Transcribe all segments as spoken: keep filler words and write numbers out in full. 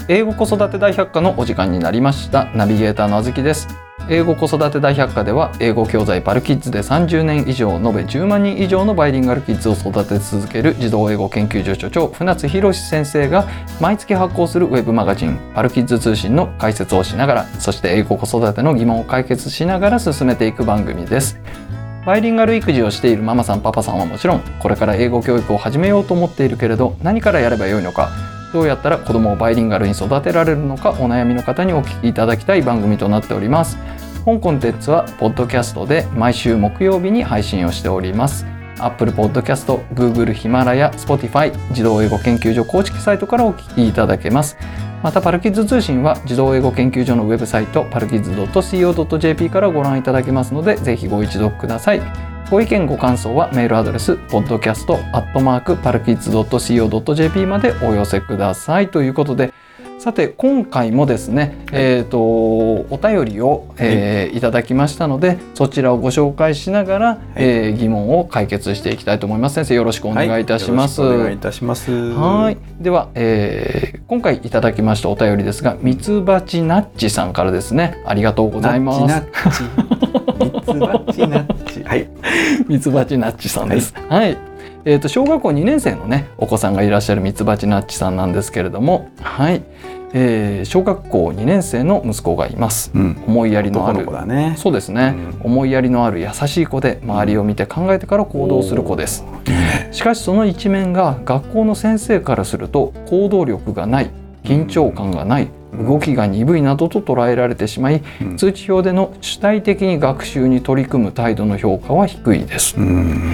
英語子育て大百科のお時間になりました。ナビゲーターのあずきです。英語子育て大百科では英語教材パルキッズでさんじゅうねん以上、延べじゅうまんにん以上のバイリンガルキッズを育て続ける児童英語研究所所長船津博史先生が毎月発行するウェブマガジンパルキッズ通信の解説をしながら、そして英語子育ての疑問を解決しながら進めていく番組です。バイリンガル育児をしているママさんパパさんはもちろん、これから英語教育を始めようと思っているけれど何からやればよいのか、どうやったら子供をバイリンガルに育てられるのか、お悩みの方にお聞きいただきたい番組となっております。本コンテンツはポッドキャストで毎週木曜日に配信をしております。 Apple Podcast、Google、ヒマラヤ、Spotify、児童英語研究所公式サイトからお聞きいただけます。またパルキッズ通信は児童英語研究所のウェブサイトパルキッズ ドットコードットジェーピー からご覧いただけますので、ぜひご一読ください。ご意見ご感想はメールアドレス ポッドキャストアットマークパルキッズ ドットコードットジェーピー までお寄せください。ということで、さて今回もですね、えーと、お便りを、えー、いただきましたので、そちらをご紹介しながら、はい、えー、疑問を解決していきたいと思います。先生、よろしくお願いいたします。 はい、よろしくお願いいたします。 はい、では、えー、今回いただきましたお便りですが、ミツバチナッチさんからですね。ありがとうございます。 ナッチミツバチナッチはいミツバチナッチさんです。はい、はい、えーと、小学校にねん生のねお子さんがいらっしゃるミツバチナッチさんなんですけれども、はい、えー、小学校にねん生の息子がいます。うん、思いやりのある、 男の子だね。 そうですね、うん、思いやりのある優しい子で、周りを見て考えてから行動する子です。しかしその一面が学校の先生からすると行動力がない、緊張感がない、動きが鈍いなどと捉えられてしまい、うん、通知表での主体的に学習に取り組む態度の評価は低いです。うん、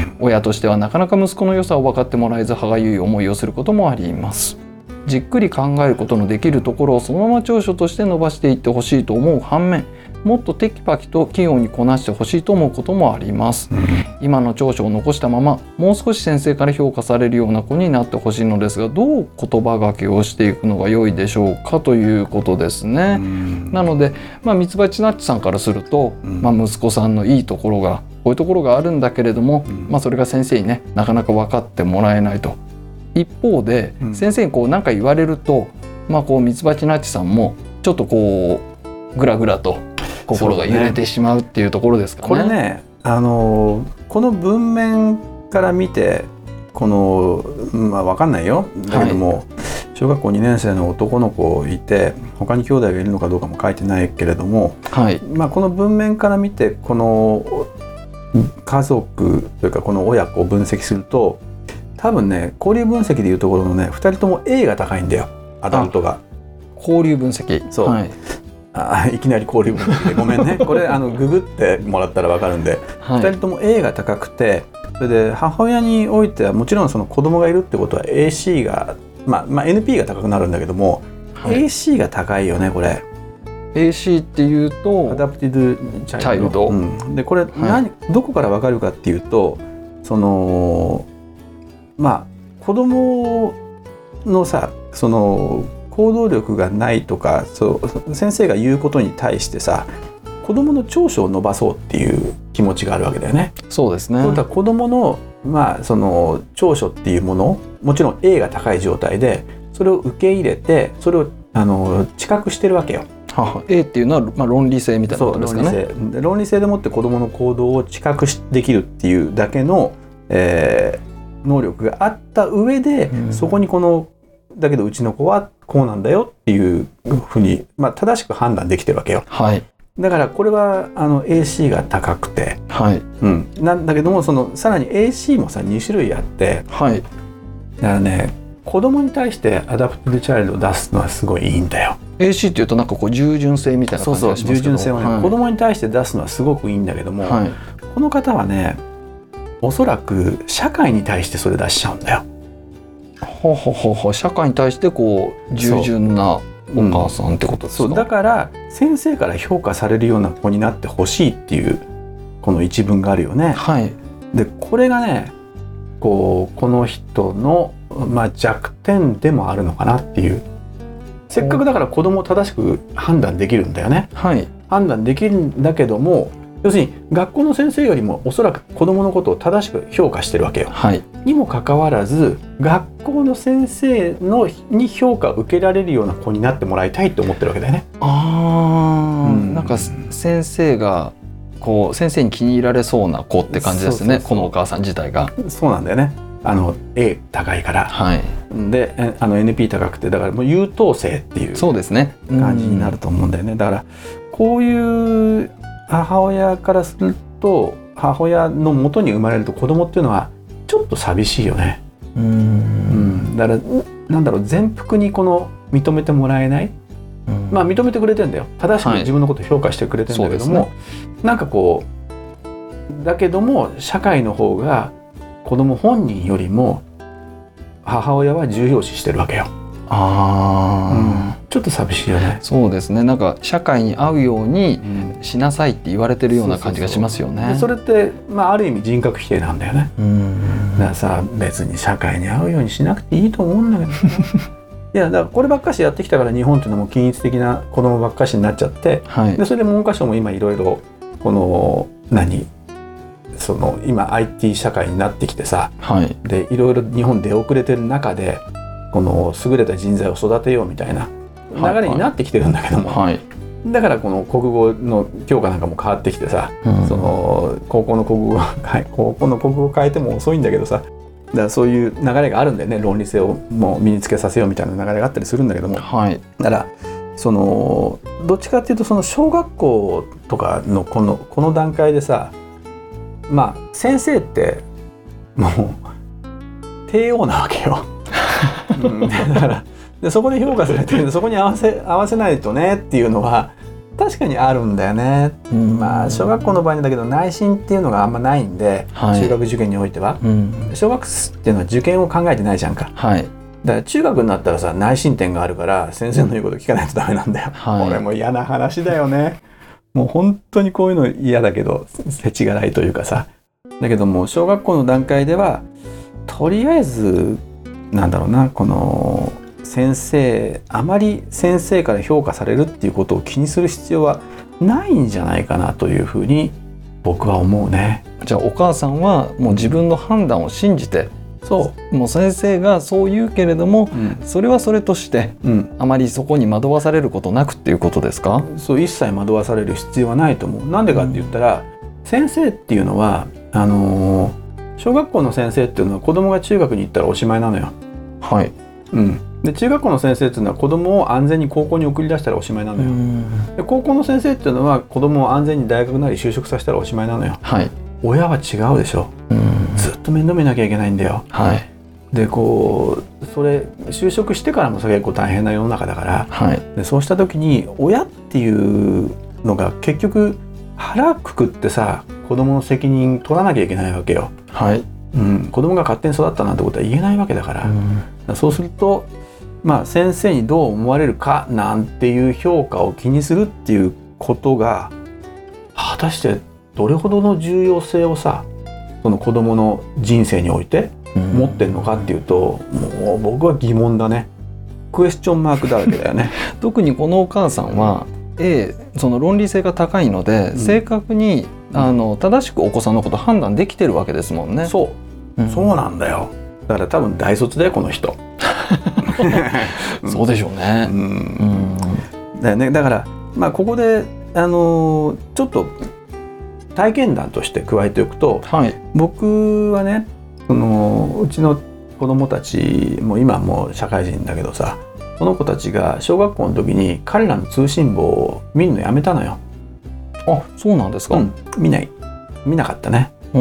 親としてはなかなか息子の良さを分かってもらえず、歯がゆい思いをすることもあります。じっくり考えることのできるところをそのまま長所として伸ばしていってほしいと思う反面、もっとテキパキと器用にこなしてほしいと思うこともあります。うん、今の長所を残したままもう少し先生から評価されるような子になってほしいのですが、どう言葉がけをしていくのが良いでしょうか、ということですね。うん、なので、まあ、ミツバチナッチさんからすると、うん、まあ、息子さんのいいところがこういうところがあるんだけれども、うん、まあ、それが先生にねなかなか分かってもらえないと。一方で、うん、先生にこう何か言われると、まあ、こうミツバチナッチさんもちょっとこうグラグラと心が揺れてしまうっていうところですかね。 これね、あのこの文面から見てこの、まあ、分かんないよ、だけども、はい、小学校にねん生の男の子いて他に兄弟がいるのかどうかも書いてないけれども、はい、まあ、この文面から見てこの家族というかこの親子を分析すると、多分ね交流分析でいうところのねふたりとも A が高いんだよ、アダルトが。 交流分析、 そう、はい、あいきなり交流分析でごめんねこれあのググってもらったら分かるんで、はい、ふたりとも A が高くて、それで母親においてはもちろんその子供がいるってことは エーシー が、まあ、まあ エヌピー が高くなるんだけども、はい、エーシー が高いよねこれ。 エーシー っていうとアダプティドチャイルド、うん、でこれ何、はい、どこから分かるかっていうと、そのまあ子供のさその行動力がないとか、そう先生が言うことに対してさ子供の長所を伸ばそうっていう気持ちがあるわけだよね。 そうですね。 そうだ、子供のまあその長所っていうもの、もちろん A が高い状態でそれを受け入れてそれをあの知覚してるわけよ。 はは A っていうのは、まあ、論理性みたいなことですかね。 そう、論理性で論理性でもって子供の行動を知覚できるっていうだけの、えー能力があった上で、うん、そこにこのだけどうちの子はこうなんだよっていうふうに、まあ、正しく判断できてるわけよ。はい、だからこれはあの エーシー が高くて、はい、うん、なんだけどもそのさらに エーシー もさに種類あって、はい、だからね子供に対してアダプティブチャイルドを出すのはすごいいいんだよ。 エーシー っていうとなんかこう従順性みたいな感じがしますけど、 そうそう、従順性をね、はい、子供に対して出すのはすごくいいんだけども、はい、この方はねおそらく社会に対してそれ出しちゃうんだよ。 ほほほほ、社会に対してこう従順なお母さんってことですか。 そう、だから先生から評価されるような子になってほしいっていうこの一文があるよね。はい、でこれがねこうこの人の、まあ、弱点でもあるのかなっていう。せっかくだから子供を正しく判断できるんだよね。はい、判断できるんだけども要するに学校の先生よりもおそらく子どものことを正しく評価してるわけよ、 はい、 にもかかわらず学校の先生のに評価を受けられるような子になってもらいたいって思ってるわけだよね。 あー、 うん、 なんか先生がこう先生に気に入られそうな子って感じですね。そうそうそう、このお母さん自体がそうなんだよね。あの A 高いから、 はい、 であの エヌピー 高くてだからもう優等生っていうそうですね感じになると思うんだよね。だからこういう母親からすると母親の元に生まれると子供っていうのはちょっと寂しいよね。 うん、うん、 だからなんだろう全幅にこの認めてもらえない、うん、まあ認めてくれてんだよ。正しく自分のことを評価してくれてんだけども、はい、なんかこうだけども社会の方が子供本人よりも母親は重要視してるわけよ。 あ、うん、 ちょっと寂しいよね。 そうですね。なんか社会に合うようにしなさいって言われてるような感じがしますよね。 それって、まあ、ある意味人格否定なんだよね。うんだからさ別に社会に合うようにしなくていいと思うんだけどいやだからこればっかしやってきたから日本っていうのも均一的な子供ばっかしになっちゃって、はい、でそれで文科省も今いろいろこの何その今 アイティー 社会になってきてさ、はい、でいろいろ日本出遅れてる中でこの優れた人材を育てようみたいな流れになってきてるんだけども、はいはい、だからこの国語の教科なんかも変わってきてさ、うん、その高校の国語高校の国語を変えても遅いんだけどさ、だからそういう流れがあるんだよね。論理性をもう身につけさせようみたいな流れがあったりするんだけども、はい、だからそのどっちかっていうとその小学校とかのこのこの段階でさ、まあ先生ってもう帝王なわけようん、だからでそこで評価されてるそこに合わせ合わせないとねっていうのは確かにあるんだよね、うん、まあ小学校の場合だけど内申っていうのがあんまないんで、はい、中学受験においては、うん、小学っていうのは受験を考えてないじゃんか、はい、だから中学になったらさ内申点があるから先生の言うこと聞かないとダメなんだよ、はい、これも嫌な話だよねもう本当にこういうの嫌だけど世知辛いというかさ、だけども小学校の段階ではとりあえずなんだろうな、この先生あまり先生から評価されるっていうことを気にする必要はないんじゃないかなというふうに僕は思うね。 じゃあお母さんはもう自分の判断を信じて、そうもう先生がそう言うけれども、うん、それはそれとして、うん、あまりそこに惑わされることなくっていうことですか？ そう一切惑わされる必要はないと思う。なんでかって言ったら、うん、先生っていうのはあのー小学校の先生っていうのは子供が中学に行ったらおしまいなのよ。はい。うん。で中学校の先生っていうのは子供を安全に高校に送り出したらおしまいなのよ。で高校の先生っていうのは子供を安全に大学なり就職させたらおしまいなのよ。はい。親は違うでしょ。ずっと面倒見なきゃいけないんだよ。はい。でこうそれ就職してからもそれ結構大変な世の中だから、はい、でそうした時に親っていうのが結局腹くくってさ子供の責任取らなきゃいけないわけよ。はい、うん、子供が勝手に育ったなんてことは言えないわけだから、うん、だそうすると、まあ、先生にどう思われるかなんていう評価を気にするっていうことが果たしてどれほどの重要性をさその子供の人生において持ってんのかっていうと、うん、もう僕は疑問だね。クエスチョンマークだらけだよね特にこのお母さんは A その論理性が高いので、うん、正確にあの正しくお子さんのこと判断できてるわけですもんね。 そう、うん、そうなんだよ。だから多分大卒だよこの人そうでしょうね、うんうん、だよね。だから、まあ、ここで、あのー、ちょっと体験談として加えておくと、はい、僕はねそのうちの子供たちも今もう社会人だけどさ、その子たちが小学校の時に彼らの通信簿を見るのやめたのよ。 あ、そうなんですか。うん、 見ない見なかったね。 うん、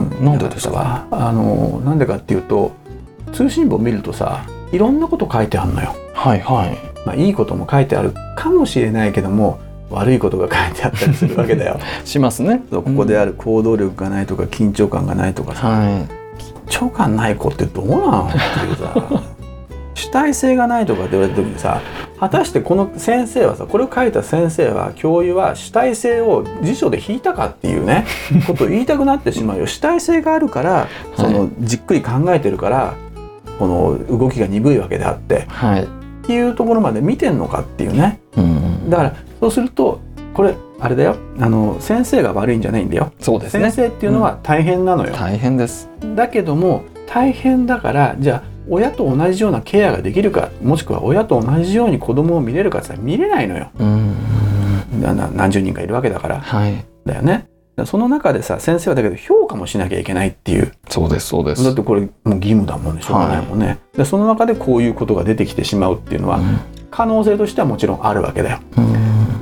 うん、なんでですか。 あのなんでかっていうと通信簿を見るとさいろんなこと書いてあるのよ。はいはい。まあいいことも書いてあるかもしれないけども悪いことが書いてあったりするわけだよしますね。 ここである行動力がないとか緊張感がないとかさ、はい、緊張感ない子ってどうなのっていうさ主体性がないとかって言われた時にさ果たしてこの先生はさこれを書いた先生は教諭は主体性を辞書で引いたかっていうねことを言いたくなってしまうよ。主体性があるからそのじっくり考えてるから、はい、この動きが鈍いわけであって、はい、っていうところまで見てんのかっていうね、うん、だからそうするとこれあれだよ、あの先生が悪いんじゃないんだよ。 そうですね。 先生っていうのは大変なのよ、 うん、大変です。 だけども大変だから、じゃあ親と同じようなケアができるか、もしくは親と同じように子供を見れるかって言ったら見れないのよ。うんな何十人かいるわけだから、はい、だよね。その中でさ、先生はだけど評価もしなきゃいけないっていう。 そうですそうです。 だってこれもう義務だもんね、しょうがないもんね、はい、でその中でこういうことが出てきてしまうっていうのは、うん、可能性としてはもちろんあるわけだよ、うん、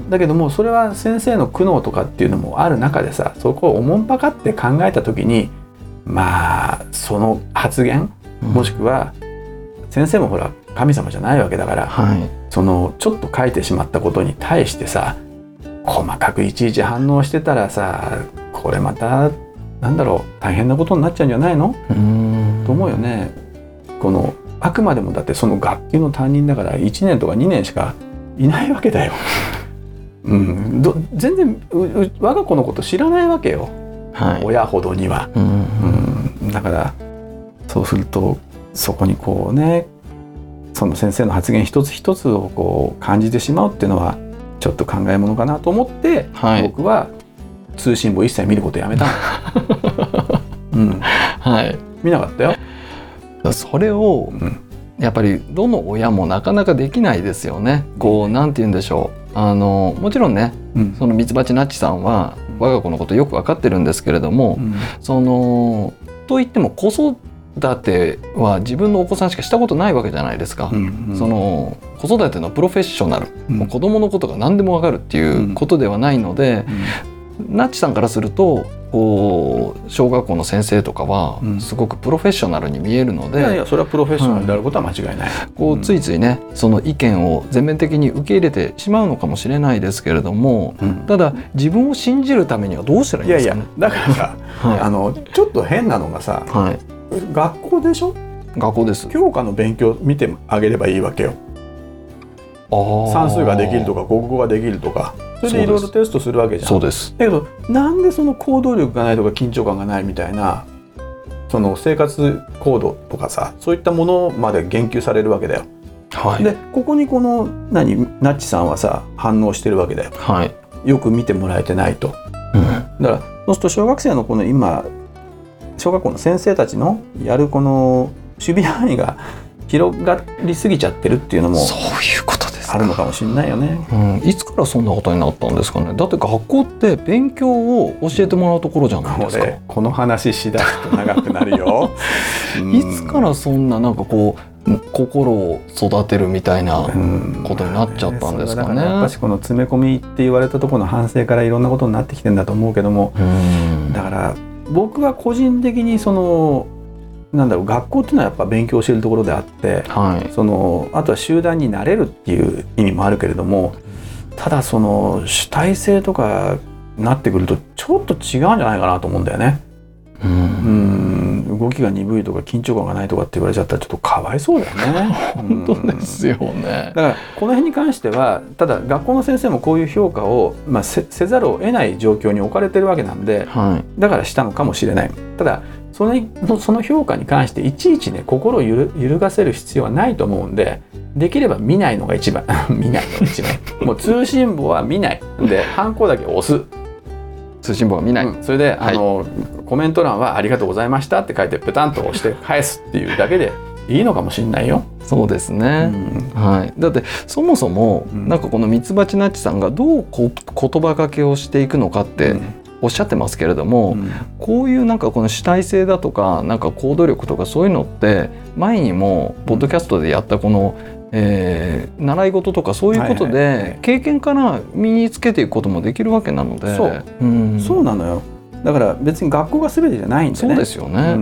だけどもそれは先生の苦悩とかっていうのもある中でさ、そこをおもんぱかって考えた時に、まあその発言、もしくは先生もほら神様じゃないわけだから、はい、そのちょっと書いてしまったことに対してさ、細かくいちいち反応してたらさ、これまたなんだろう、大変なことになっちゃうんじゃないのと思うよね。このあくまでもだってその学級の担任だからいちねんとかにねんしかいないわけだよ、うん、ど全然うう我が子のこと知らないわけよ、はい、親ほどには、うんうん、だからそうするとそこにこうね、その先生の発言一つ一つをこう感じてしまうっていうのはちょっと考えものかなと思って、はい、僕は通信簿一切見ることやめたの、うんはい、見なかったよ。 それを、うん、やっぱりどの親もなかなかできないですよね。こうなんて言うんでしょう、あのもちろんね、うん、そのミツバチナッチさんは我が子のことよく分かってるんですけれども、うん、そのといっても子育ては自分のお子さんしかしたことないわけじゃないですか、うんうん、その子育てのプロフェッショナル、うん、もう子供のことが何でも分かるっていうことではないので、うんうん、ナッチさんからするとこう小学校の先生とかはすごくプロフェッショナルに見えるので、うん、いやいやそれはプロフェッショナルであることは間違いない、うん、こうついついねその意見を全面的に受け入れてしまうのかもしれないですけれども、うん、ただ自分を信じるためにはどうしたらいいんですかね。いやいやだからさ、はい、あのちょっと変なのがさ、はい、学校でしょ。学校です。教科の勉強見てあげればいいわけよ。あ算数ができるとか国語ができるとか、それでいろいろテストするわけじゃん。そうです。だけどなんでその行動力がないとか緊張感がないみたいな、その生活行動とかさ、そういったものまで言及されるわけだよ。はい、でここにこの何ナッチさんはさ反応してるわけだよ。はい、よく見てもらえてないと。うん、だからそうすると小学生のこの今小学校の先生たちのやるこの守備範囲が広がりすぎちゃってるっていうのもそういうことですあるのかもしれないよね、うん、いつからそんなことになったんですかね。だって学校って勉強を教えてもらうところじゃないですか。これこの話しだすと長くなるよいつからそんななんかこう心を育てるみたいなことになっちゃったんですかね。うん、だからやっぱしこの詰め込みって言われたところの反省からいろんなことになってきてんだと思うけども、うんだから僕は個人的にそのなんだろう学校っていうのはやっぱ勉強しているところであって、はい、そのあとは集団になれるっていう意味もあるけれども、ただその主体性とかなってくるとちょっと違うんじゃないかなと思うんだよね。うんうん動きが鈍いとか緊張感がないとかって言われちゃったらちょっとかわいそうだよね本当ですよね。だからこの辺に関してはただ学校の先生もこういう評価を、まあ、せ, せざるを得ない状況に置かれてるわけなんで、はい、だからしたのかもしれない。ただその、その評価に関していちいちね心を揺る、揺るがせる必要はないと思うんで、できれば見ないのが一番見ないのが一番もう通信簿は見ないでハンコだけ押す。通信簿は見ない、うん、それで、はい、あのコメント欄はありがとうございましたって書いてペタンと押して返すっていうだけでいいのかもしれないよ。そうですね、うんはい、だってそもそも、うん、なんかこのミツバチナッチさんがどうこ言葉がけをしていくのかっておっしゃってますけれども、うん、こういうなんかこの主体性だとかなんか行動力とかそういうのって前にもポッドキャストでやったこのえー、習い事とかそういうことで経験から身につけていくこともできるわけなので、そう、うん、そうなのよ。だから別に学校が全てじゃないんでね。そうですよね、うんうん、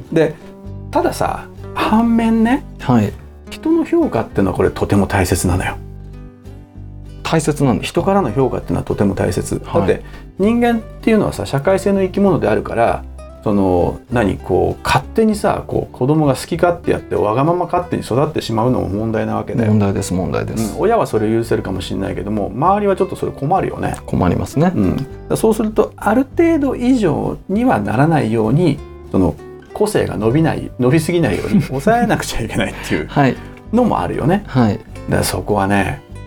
でたださ反面ね、はい、人の評価っていうのはこれとても大切なのよ。大切なんです。人からの評価っていうのはとても大切、はい、だって人間っていうのはさ社会性の生き物であるからその何こう勝手にさこう子供が好き勝手やってわがまま勝手に育ってしまうのも問題なわけだよ。問題です問題です、うん、親はそれを許せるかもしれないけども周りはちょっとそれ困るよね。困りますね、うん、そうするとある程度以上にはならないようにその個性が伸びない伸びすぎないように抑えなくちゃいけないっていうのもあるよね、はい、だからそこはね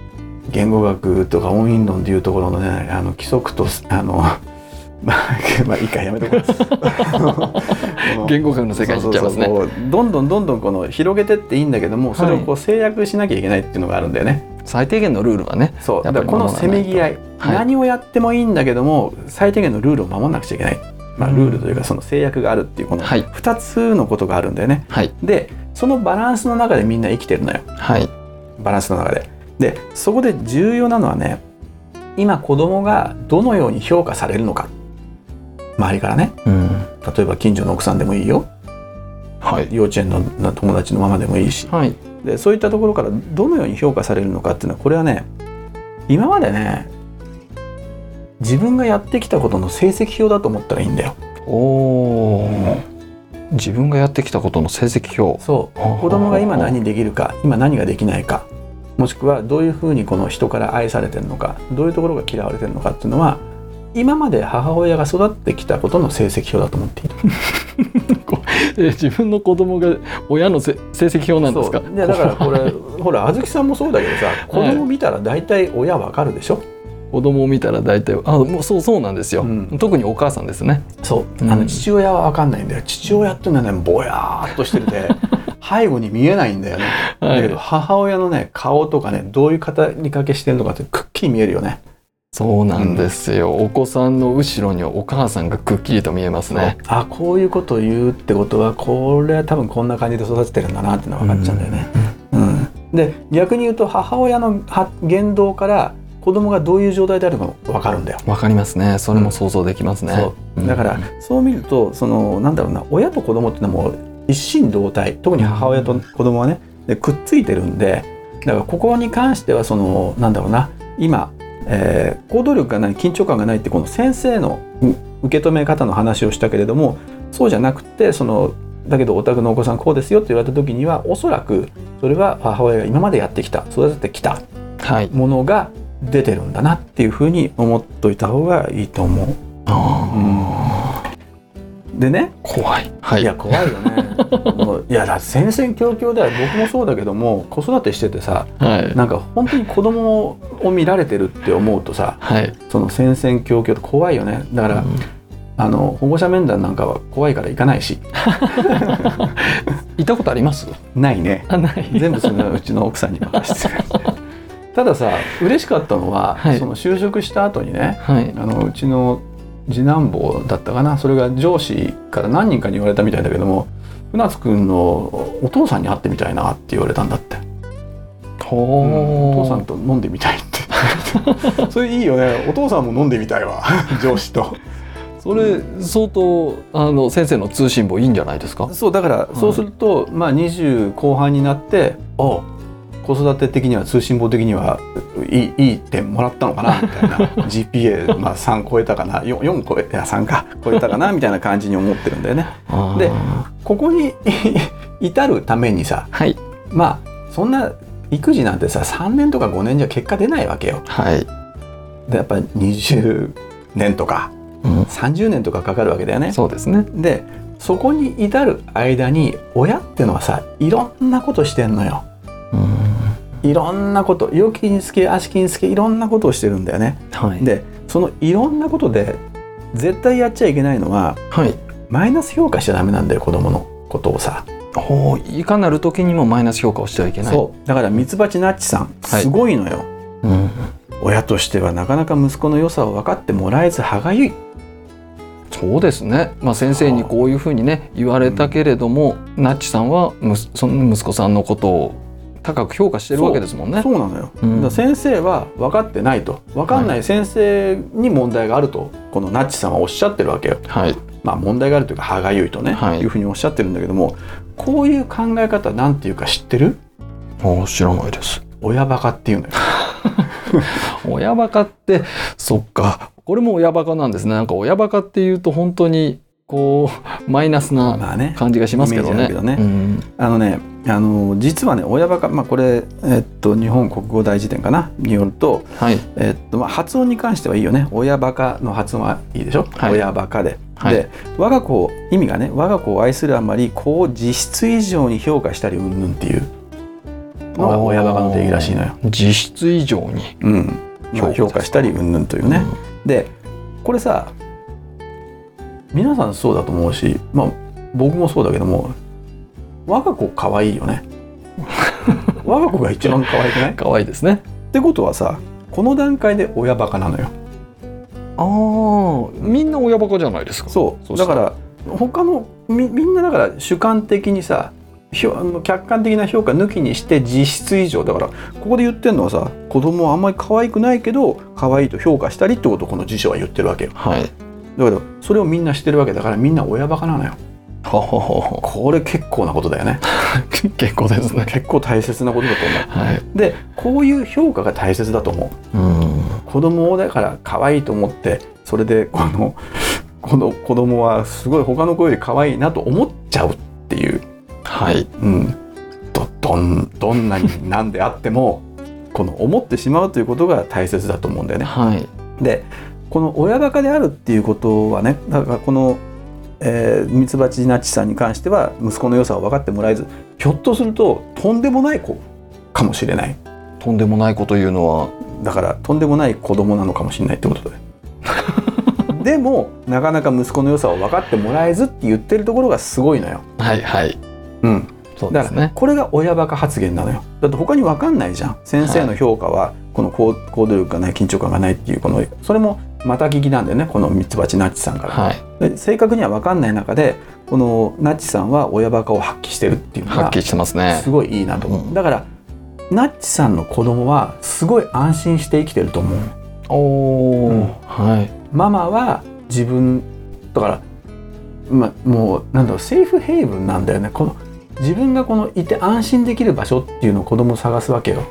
言語学とか音韻論でいうところのねあの規則とあのまあ、まあいいかやめとこう言語学の世界に行っちゃいますね。 そうそうそうどんどんどんどんこの広げてっていいんだけどもそれをこう制約しなきゃいけないっていうのがあるんだよね、はい、 最低限のルールはねそうだからこのせめぎ合い、はい、何をやってもいいんだけども最低限のルールを守らなくちゃいけない、まあ、ルールというかその制約があるっていうこのふたつのことがあるんだよね、はい、でそのバランスの中でみんな生きてるのよ、はい、バランスの中ででそこで重要なのはね今子供がどのように評価されるのか周りからね、うん、例えば近所の奥さんでもいいよ、はい、幼稚園の友達のママでもいいし、はい、でそういったところからどのように評価されるのかっていうのはこれはね今までね自分がやってきたことの成績表だと思ったらいいんだよ。おー、 うん、自分がやってきたことの成績表。 そう子供が今何できるか今何ができないかもしくはどういうふうにこの人から愛されてるのかどういうところが嫌われてるのかっていうのは今まで母親が育ってきたことの成績表だと思っている自分の子供が親の成績表なんですか。 そういやだからこれほらあずきさんもそうだけどさ子供見たら大体親わかるでしょ、はい、 子供を見たら大体あもうそうそうなんですよ、うん、特にお母さんですね。 そう、うん、あの父親はわかんないんだよ。父親っていうのはねぼやーっとしてて背後に見えないんだよね、はい、だけど母親のね顔とかねどういう語りかけしてるのかってくっきり見えるよね。 そうなんですよ、うん、お子さんの後ろにお母さんがくっきりと見えますね。 あこういうことを言うってことはこれは多分こんな感じで育ててるんだなってのが分かっちゃうんだよね、うんうん、で逆に言うと母親の言動から子供がどういう状態であるかも分かるんだよ。 分かりますね。それも想像できますね、うん、 そうだからそう見るとそのなんだろうな親と子供っていうのはもう一心同体特に母親と子供はねでくっついてるんでだからここに関してはそのなんだろうな今えー、行動力がない緊張感がないってこの先生の受け止め方の話をしたけれどもそうじゃなくてそのだけどお宅のお子さんこうですよって言われた時にはおそらくそれは母親が今までやってきた育ててきたものが出てるんだなっていうふうに思っといた方がいいと思う。あ、うん、でね怖い、はい、 いや怖いよねもういやだ戦々恐々では僕もそうだけども子育てしててさ、はい、なんか本当に子供を見られてるって思うとさ、はい、その戦々恐々って怖いよね。だから、うん、あの保護者面談なんかは怖いから行かないし行ったことあります？ ないね。 あない全部そのうちの奥さんに任せてるたださ嬉しかったのは、はい、その就職した後にね、はい、あのうちの次男坊だったかなそれが上司から何人かに言われたみたいだけども船津くんのお父さんに会ってみたいなって言われたんだって。うん、お父さんと飲んでみたいってそれいいよね。お父さんも飲んでみたいわ上司とそれ相当あの先生の通信簿いいんじゃないですか。 そうだからそうすると、はい、まあにじゅう後半になってあ子育て的には通信簿的にはいい、いい点もらったのかなみたいなジーピーエー、まあ、さん超えたかな 4, 4超えいやさんか超えたかなみたいな感じに思ってるんだよね。でここに至るためにさ、はい、まあそんな育児なんてささんねんとかごねんじゃ結果出ないわけよ。はい、でやっぱりにじゅうねんとか、うん、さんじゅうねんとかかかるわけだよね。 そうですね。 でそこに至る間に親ってのはさいろんなことしてんのよ。うん、いろんなこと良きにつけ悪しきにつけいろんなことをしてるんだよね。はい、でそのいろんなことで絶対やっちゃいけないのは、はい、マイナス評価しちゃダメなんだよ子供のことをさ。 ほういかなる時にもマイナス評価をしてはいけない。 そうだからミツバチナッチさんすごいのよ、はい、うん、親としてはなかなか息子の良さを分かってもらえず歯がゆい。 そうですね、まあ、先生にこういうふうにね言われたけれども、うん、ナッチさんはむその息子さんのことを高く評価してるわけですもんね。 そう、そうなのよ、うん、だから先生は分かってないと分かんない先生に問題があるとこのナッチさんはおっしゃってるわけよ。はい、まあ、問題があるというか歯がゆいとね、はい、いうふうにおっしゃってるんだけどもこういう考え方なんていうか知ってる？ あ、知らないです。 親バカっていうのよ親バカってそっかこれも親バカなんですね。なんか親バカっていうと本当にこうマイナスな感じがしますけどね。 あのねあの実はね親バカ、まあ、これ、えっと、日本国語大辞典かなによると、はい、えっとまあ、発音に関してはいいよね。親バカの発音はいいでしょ、はい、親バカで、はい、で我が子意味がね我が子を愛するあまり子を実質以上に評価したりうんぬんっていうのが親バカのでいいらしいのよ。 実質以上に、 うんまあ、評価したりうんぬんというね、うん、でこれさ皆さんそうだと思うし、まあ、僕もそうだけども我が子可愛いよね我が子が一番可愛くない？ 可愛いですね。 ってことはさこの段階で親バカなのよ。 ああみんな親バカじゃないですか。 そうだから他の み, みんなだから主観的にさ客観的な評価抜きにして実質以上だからここで言ってるのはさ子供はあんまり可愛くないけど可愛いと評価したりってことをこの辞書は言ってるわけよ、はい、だからそれをみんな知ってるわけだからみんな親バカなのよ。ほほほほこれ結構なことだよね結構ですね。 結構大切なことだと思う、はい、でこういう評価が大切だと思う、うん、子供をだから可愛いと思ってそれでこのこの子供はすごい他の子より可愛いなと思っちゃうっていうはい、うん、ど, ど, んどんなに何であってもこの思ってしまうということが大切だと思うんだよね、はい、でこの親バカであるっていうことはねだからこのえー、ミツバチナッチさんに関しては息子の良さを分かってもらえずひょっとするととんでもない子かもしれない。 とんでもない子というのはだからとんでもない子供なのかもしれないってことででもなかなか息子の良さを分かってもらえずって言ってるところがすごいのよ。はいはい、うん、そうですね。だからこれが親バカ発言なのよ。だって他に分かんないじゃん。先生の評価はこの行動力がない緊張感がないっていうこのそれもまた聞きなんだよねこのミツバチナッチさんから、はい、で正確には分かんない中でこのナッチさんは親バカを発揮してるっていうのが発揮してますね。 すごいいいなと思う、うん、だからナッチさんの子供はすごい安心して生きてると思う。おー、うんはい、ママは自分だから、ま、もうなんだろうセーフヘイブンなんだよね。この自分がこのいて安心できる場所っていうのを子供を探すわけよ。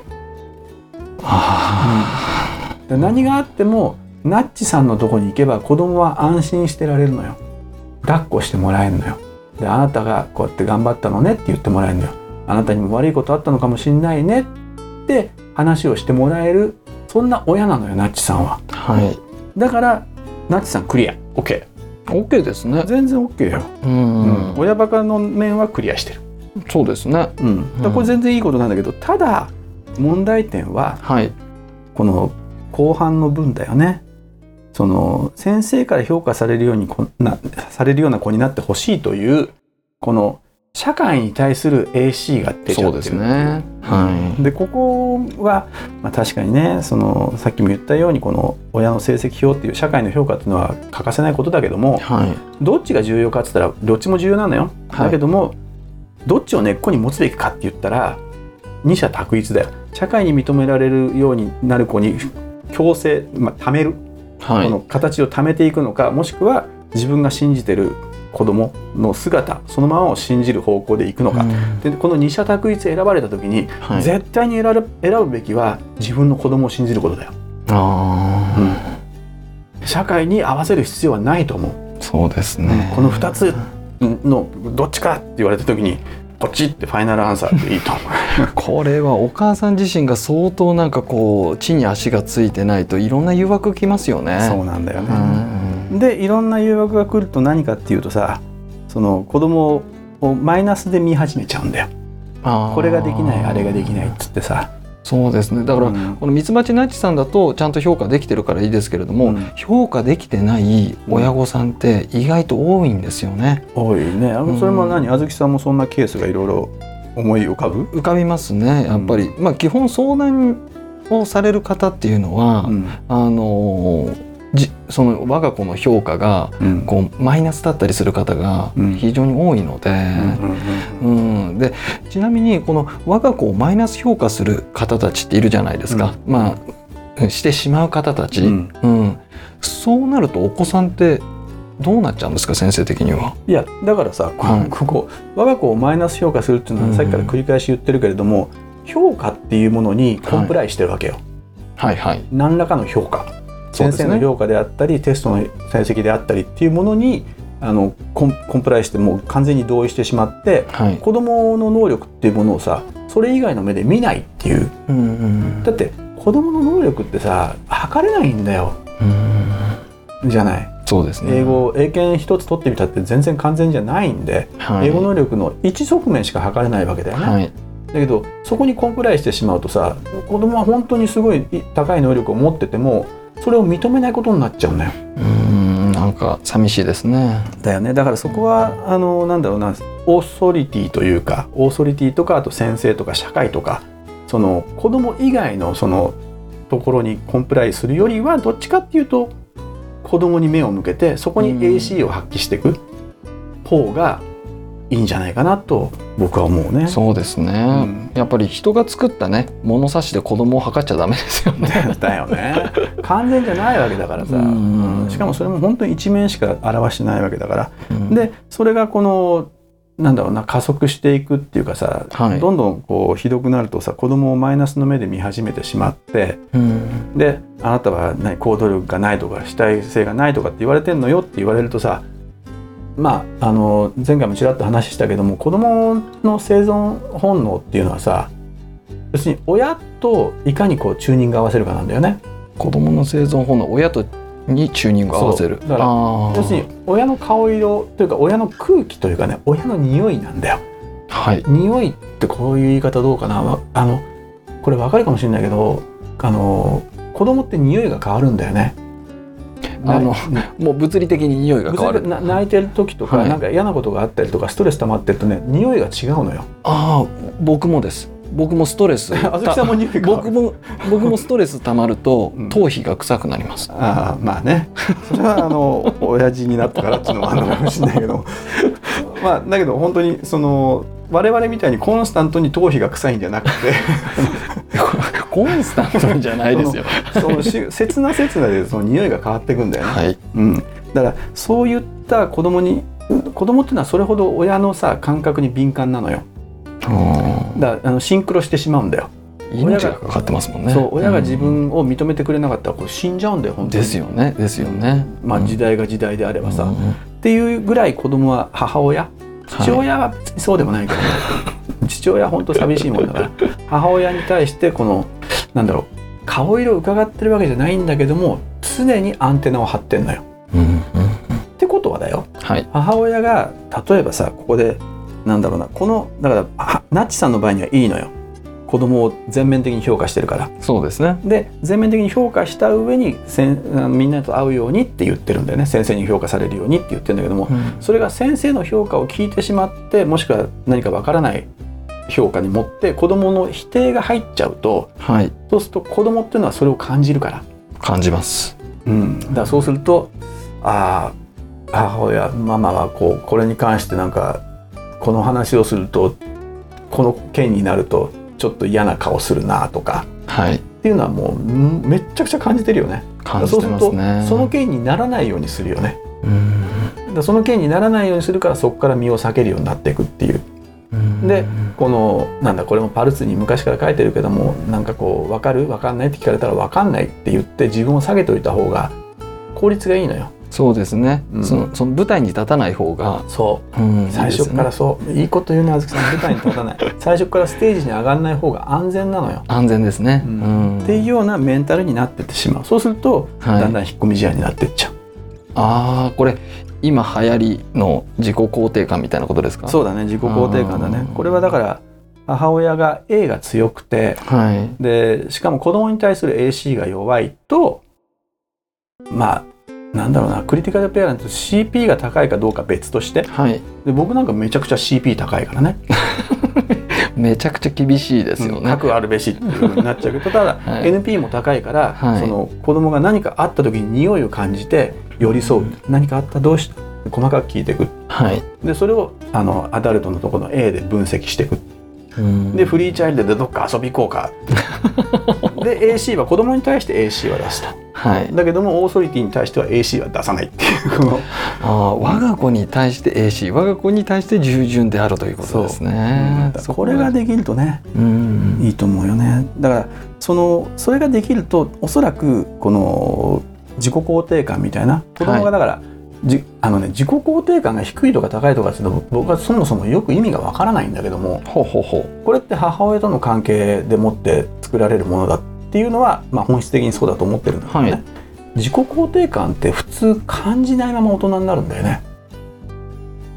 は、うん、で何があってもナッチさんのとこに行けば子供は安心してられるのよ。抱っこしてもらえるのよ。であなたがこうやって頑張ったのねって言ってもらえるのよ。あなたにも悪いことあったのかもしれないねって話をしてもらえるそんな親なのよナッチさんは、はい、だからナッチさんクリア OK OK ですね。 全然 OK よ、うん、うん、親バカの面はクリアしてる。 そうですね、 うん、だからこれ全然いいことなんだけど、うん、ただ問題点は、はい、この後半の文だよね。その先生から評価されるようにこなされるような子になってほしいというこの社会に対する エーシー が出ちゃってる。そうですね、はい、でここは、まあ、確かにねそのさっきも言ったようにこの親の成績表っていう社会の評価っていうのは欠かせないことだけども、はい、どっちが重要かって言ったらどっちも重要なのよ、はい、だけどもどっちを根っこに持つべきかって言ったら二者択一だよ。社会に認められるようになる子に強制、まあ、貯める、はい、この形を貯めていくのかもしくは自分が信じてる子供の姿そのままを信じる方向でいくのか、うん、でこの二者択一選ばれた時に、はい、絶対に選ぶ、選ぶべきは自分の子供を信じることだよ。あ、うん、社会に合わせる必要はないと思う。 そうですね、 このふたつのどっちかって言われた時にこっちってファイナルアンサーでいいと思うこれはお母さん自身が相当なんかこう地に足がついてないといろんな誘惑きますよね。 そうなんだよね、うん、でいろんな誘惑が来ると何かっていうとさその子供をマイナスで見始めちゃうんだよ。あこれができないあれができないっつってさ。 そうですね。だから、うん、このミツバチナッチさんだとちゃんと評価できてるからいいですけれども、うん、評価できてない親御さんって意外と多いんですよね。 多いね。あのそれも何、うん、あずきさんもそんなケースがいろいろ思い浮かぶ？ 浮かびますねやっぱり、うん、まあ基本相談をされる方っていうのは、うん、あのじその我が子の評価がこう、うん、マイナスだったりする方が非常に多いので、うんうん、でちなみにこの我が子をマイナス評価する方たちっているじゃないですか、うん、まあしてしまう方たち、うんうん、そうなるとお子さんってどうなっちゃうんですか先生的には。 いやだからさ、はい、ここ我が子をマイナス評価するっていうのはさっきから繰り返し言ってるけれども、うん、評価っていうものにコンプライしてるわけよ、はいはいはい、何らかの評価先生の評価であったり、ね、テストの成績であったりっていうものにあのコン、コンプライしてもう完全に同意してしまって、はい、子どもの能力っていうものをさそれ以外の目で見ないっていう、うんうん、だって子どもの能力ってさ測れないんだよ、うん、じゃない。そうですね、英語英検一つ取ってみたって全然完全じゃないんで、はい、英語能力の一側面しか測れないわけだよね、はい、 だけどそこにコンプライしてしまうとさ、子供は本当にすごい高い能力を持っててもそれを認めないことになっちゃうんだよ。 うーん、なんか寂しいですね。 だよね。だからそこはあのなんだろうな、オーソリティというか、オーソリティとかあと先生とか社会とか、その子供以外のそのところにコンプライするよりはどっちかっていうと子供に目を向けてそこに エーシー を発揮していく方がいいんじゃないかなと僕は思うね。 そうですね、うん、やっぱり人が作ったね物差しで子供を測っちゃダメですよね。 だよね。完全じゃないわけだからさ、うん、しかもそれも本当に一面しか表してないわけだから、うん、でそれがこのなんだろうな、加速していくっていうかさ、はい、どんどんこうひどくなるとさ、子供をマイナスの目で見始めてしまって、うん、であなたは何行動力がないとか主体性がないとかって言われてんのよって言われるとさ、まあ、あの前回もちらっと話したけども、子供の生存本能っていうのはさ、要するに親といかにこうチューニング合わせるかなんだよね。 子供の生存本能、親とにチューニング合わせる。 だから要するに親の顔色というか親の空気というかね、親の匂いなんだよ。 はい。 匂いってこういう言い方どうかな、あのこれ分かるかもしれないけど、あの子供って匂いが変わるんだよね。 あのもう物理的に匂いが変わる。 泣いてる時とか、はい、なんか嫌なことがあったりとかストレス溜まってるとね、匂いが違うのよ。 ああ、僕もです。僕もストレスあずきさんも匂い変わる。 僕も僕もストレス溜まると、うん、頭皮が臭くなります。 ああ、まあね、それはあの親父になったからっていうのもあるのかもしれないけどまあだけど本当にその我々みたいにコンスタントに頭皮が臭いんじゃなくてコンスタントにじゃないですよ。 その切な切なでその匂いが変わっていくんだよね。 はい、 うん、だからそういった子供に、子供っていうのはそれほど親のさ感覚に敏感なのよ。だからあのシンクロしてしまうんだよ。 命がかかってますもんね。 そう、親が自分を認めてくれなかったらこれ死んじゃうんだよ本当に。 ですよね、ですよね。 まあ時代が時代であればさ、うん、っていうぐらい子供は母親、父親は別にそうでもないけど、ね、はい、父親は本当寂しいもんだから母親に対してこのなんだろう、顔色を伺ってるわけじゃないんだけども常にアンテナを張ってんのよ。うんうんうん、ってことはだよ、はい、母親が例えばさここでなんだろうな、このだからナッチさんの場合にはいいのよ。子供を全面的に評価してるから。 そうですね。 で全面的に評価した上にせんみんなと会うようにって言ってるんだよね。先生に評価されるようにって言ってるんだけども、うん、それが先生の評価を聞いてしまって、もしくは何かわからない評価に持って子供の否定が入っちゃうと、はい、そうすると子供っていうのはそれを感じるから。 感じます。 うん、だからそうすると、ああ母親ママはこうこれに関してなんかこの話をするとこの件になるとちょっと嫌な顔するなとか、はい、っていうのはもうめっちゃくちゃ感じてるよね。 感じてますね。 そうするとその件にならないようにするよね。うん、その件にならないようにするからそこから身を避けるようになっていくっていう。うんでこのなんだこれもパルツに昔から書いてるけども、なんかこう分かる分かんないって聞かれたら分かんないって言って自分を下げておいた方が効率がいいのよ。 そうですね、うん、その、その舞台に立たない方がそう、うん、最初からそういいこと言うねあずきさん、舞台に立たない最初からステージに上がらない方が安全なのよ。 安全ですね、 うんうん、っていうようなメンタルになってってしまう。そうすると、はい、だんだん引っ込み思案になっていっちゃう。 ああ、これ今流行りの自己肯定感みたいなことですか？ そうだね、自己肯定感だね。これはだから母親が A が強くて、はい、でしかも子供に対する エーシー が弱いと、まあなんだろうな、クリティカルペアレント シーピー が高いかどうか別として、はい、で僕なんかめちゃくちゃ シーピー 高いからねめちゃくちゃ厳しいですよね。 核あるべしっていう風になっちゃうけどただ、はい、エヌピー も高いから、はい、その子供が何かあった時に匂いを感じて寄り添う、うん、何かあったどうした細かく聞いていく、はい、でそれをあのアダルトのところの A で分析していく。でフリーチャイルドでどっか遊び行こうかで エーシー は子供に対して エーシー は出すと、はい、だけどもオーソリティに対しては エーシー は出さないっていうこのあ我が子に対して エーシー、 我が子に対して従順であるということですね。 そう、うん、これができるとね、うん、いいと思うよね。だからそのそれができるとおそらくこの自己肯定感みたいな子供がだから、はいじあのね、自己肯定感が低いとか高いとかっていうと僕はそもそもよく意味がわからないんだけども、ほうほうほうこれって母親との関係でもって作られるものだっていうのは、まあ、本質的にそうだと思ってるんだけどね、はい、自己肯定感って普通感じないまま大人になるんだよね。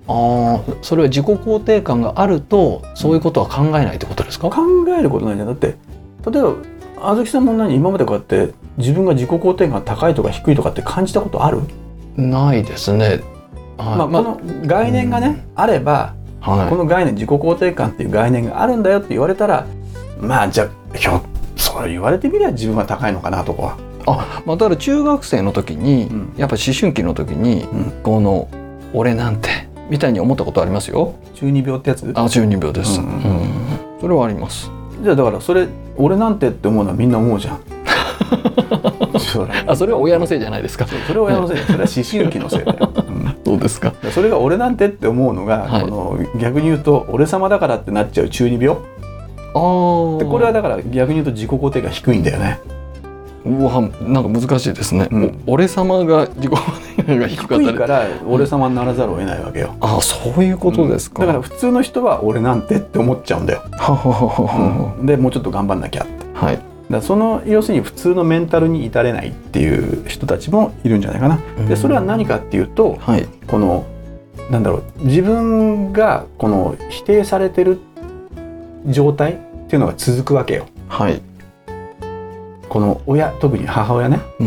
ああ、それは自己肯定感があるとそういうことは考えないってことですか？ 考えることないじゃん。だって例えばあずきさんも何今までこうやって自分が自己肯定感が高いとか低いとかって感じたことある？ ないですね。 まあ、この概念がね、うん、あれば、はい、この概念自己肯定感っていう概念があるんだよって言われたら、まあじゃあひょそう言われてみれば自分は高いのかなとかは。 あ、まあ、だから中学生の時に、うん、やっぱ思春期の時に、うん、この俺なんてみたいに思ったことありますよ。 中二病ってやつ？ あ、中二病です、うんうんうん、それはあります。 じゃあだからそれ俺なんてって思うのはみんな思うじゃん。 あ、それは親のせいじゃないですか。 そ, それは親のせいそれは思春期のせいだよ、うん、 そうですか。 それが俺なんてって思うのが、はい、この逆に言うと俺様だからってなっちゃう中二病。あでこれはだから逆に言うと自己肯定が低いんだよね。 うわ、なんか難しいですね、うん、俺様が自己肯定感が低かったり低いから俺様にならざるを得ないわけよ、 うん、あ、そういうことですか、 うん、だから普通の人は俺なんてって思っちゃうんだようん、でもうちょっと頑張んなきゃって、はい、だからその要するに普通のメンタルに至れないっていう人たちもいるんじゃないかな、うん、でそれは何かっていうと、はい、このなんだろう自分がこの否定されてる状態っていうのが続くわけよ、はい、この親特に母親ね、うんうん、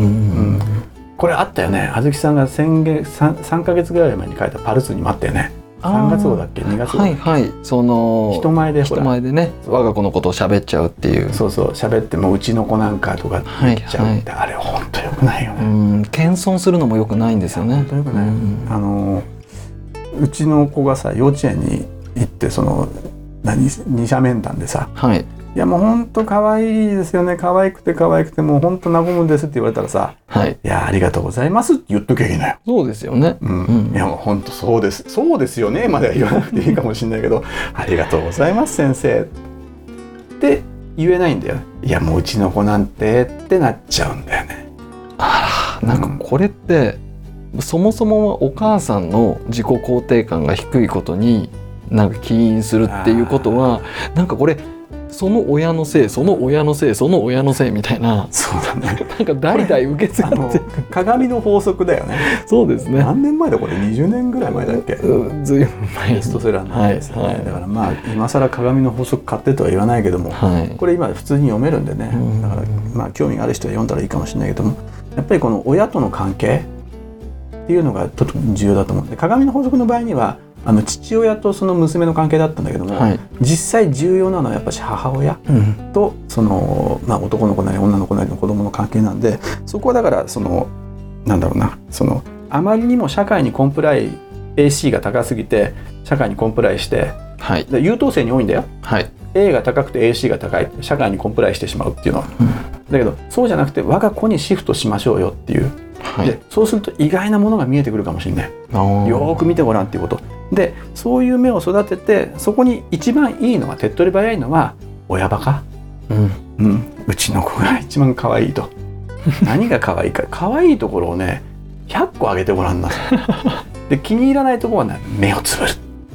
これあったよね。あずきさんが先月 3, さんかげつぐらい前に書いたパルスにもあったよね。さんがつ号だっけにがつ号、 はいはい、その人前で人前でね我が子のことを喋っちゃうっていう。 そうそう喋ってもうちの子なんかとか言っちゃうって、はいはい、あれ本当良くないよね。 うん謙遜するのも良くないんですよね。 本当良くない、うん、あのうちの子がさ幼稚園に行ってその何二者面談でさ、はい、いやもう本当可愛いですよね可愛くて可愛くてもう本当和むんですって言われたらさ、はい、いやありがとうございますって言っときゃいけないよ。 そうですよね、 うんうん、いやもう本当そうですそうですよねまでは言わなくていいかもしれないけどありがとうございます先生って言えないんだよ。いやもううちの子なんてってなっちゃうんだよね。 あらなんかこれって、うん、そもそもはお母さんの自己肯定感が低いことになんか起因するっていうことはなんかこれその親のせいその親のせいその親のせいみたいな。 そうだねなんか代々受け継がれてる鏡の法則だよね。 そうですね。 何年前だこれにじゅうねんぐらい前だっけ。 ずいぶん前ベストセラーなんですね、はいはい、だからまあ今更鏡の法則買ってとは言わないけども、はい、これ今普通に読めるんでね、だからまあ興味がある人は読んだらいいかもしれないけどもやっぱりこの親との関係っていうのがとても重要だと思うんで鏡の法則の場合にはあの父親とその娘の関係だったんだけども、はい、実際重要なのはやっぱり母親とその、まあ、男の子なり女の子なりの子供の関係なんでそこはだからそのなんだろうなそのあまりにも社会にコンプライ エーシー が高すぎて社会にコンプライして、はい、で優等生に多いんだよ、はい、A が高くて エーシー が高い社会にコンプライしてしまうっていうのは、うん、だけどそうじゃなくて我が子にシフトしましょうよっていう、はい、でそうすると意外なものが見えてくるかもしれない。よーく見てごらんっていうことでそういう目を育ててそこに一番いいのは手っ取り早いのは親バカ、うんうん、うちの子が一番可愛いと何が可愛いか可愛いところをねひゃっこあげてごらんなさいで気に入らないところはね目をつぶる。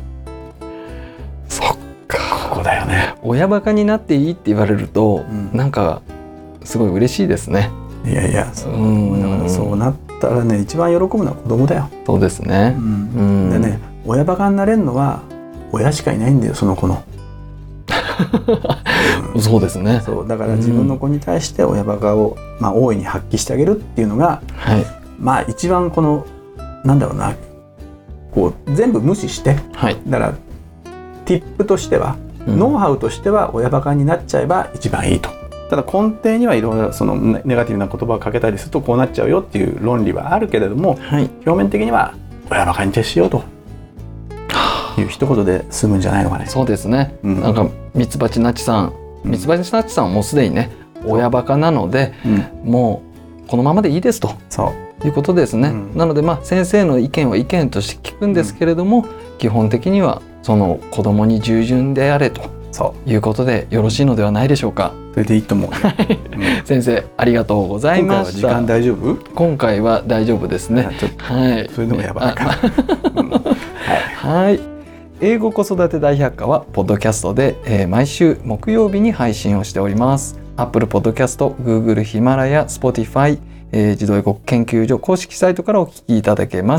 そっかここだよね。 親バカになっていいって言われると、うん、なんかすごい嬉しいですね。 いやいやそうだからそうなったらね一番喜ぶのは子供だよ。 そうですね、うんうん、 でね親バカになれるのは親しかいないんだよその子の、 うん、そうですね。 そうだから自分の子に対して親バカを、まあ、大いに発揮してあげるっていうのが、はい、まあ一番このなんだろうなこう全部無視して、はい、だからティップとしては、うん、ノウハウとしては親バカになっちゃえば一番いいと。ただ根底にはいろいろそのネガティブな言葉をかけたりするとこうなっちゃうよっていう論理はあるけれども、はい、表面的には親バカに徹しようという一言で済むんじゃないのかね。 そうですね、うん、なんかミツバチナチさんミツバチナチさんはもうすでにね親バカなので、うん、もうこのままでいいですとそういうことですね、うん、なのでまあ先生の意見は意見として聞くんですけれども、うん、基本的にはその子供に従順であれとそういうことでよろしいのではないでしょうか。 それでいいと思う、うん、 先生ありがとうございました。 今回は時間大丈夫？ 今回は大丈夫ですね。 はい、それでもやばいかな、うん、はい、 はい、英語子育て大百科はポッドキャストで、えー、毎週木曜日に配信をしております。 Apple Podcast、Google、ヒマラヤ、Spotify、えー、児童英語研究所公式サイトからお聞きいただけます。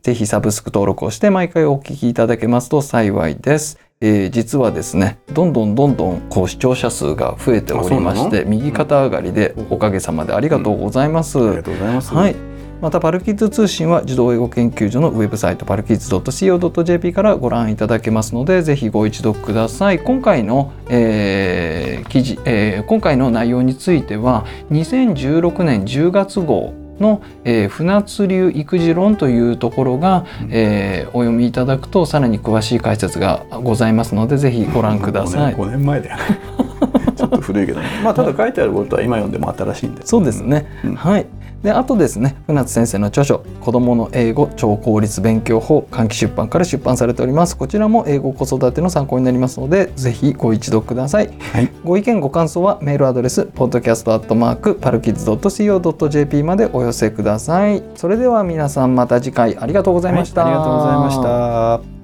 ぜひサブスク登録をして毎回お聞きいただけますと幸いです。えー、実はですねどんどんどんどんこう視聴者数が増えておりまして右肩上がりでおかげさまでありがとうございます。 うん、ありがとうございます。 はい、またパルキッズ通信は児童英語研究所のウェブサイトパルキッズ ドットシーオー ドット ジェーピー からご覧いただけますのでぜひご一読ください。今回の、えー、記事、えー、今回の内容についてはにせんじゅうろくねんじゅうがつ号の、えー、船津流育児論というところが、うんえー、お読みいただくとさらに詳しい解説がございますのでぜひご覧ください。 ごねんまえだよねちょっと古いけどね、まあ、ただ書いてあることは今読んでも新しいんで。 そうですね、うん、はい。であとですね船津先生の著書子どもの英語超効率勉強法換気出版から出版されております。こちらも英語子育ての参考になりますのでぜひご一読ください、はい、ご意見ご感想はメールアドレス ポッドキャストアットマークパルキッズ ドットシーオー ドット ジェーピー までお寄せください。それでは皆さんまた次回ありがとうございました、 はい、ありがとうございました。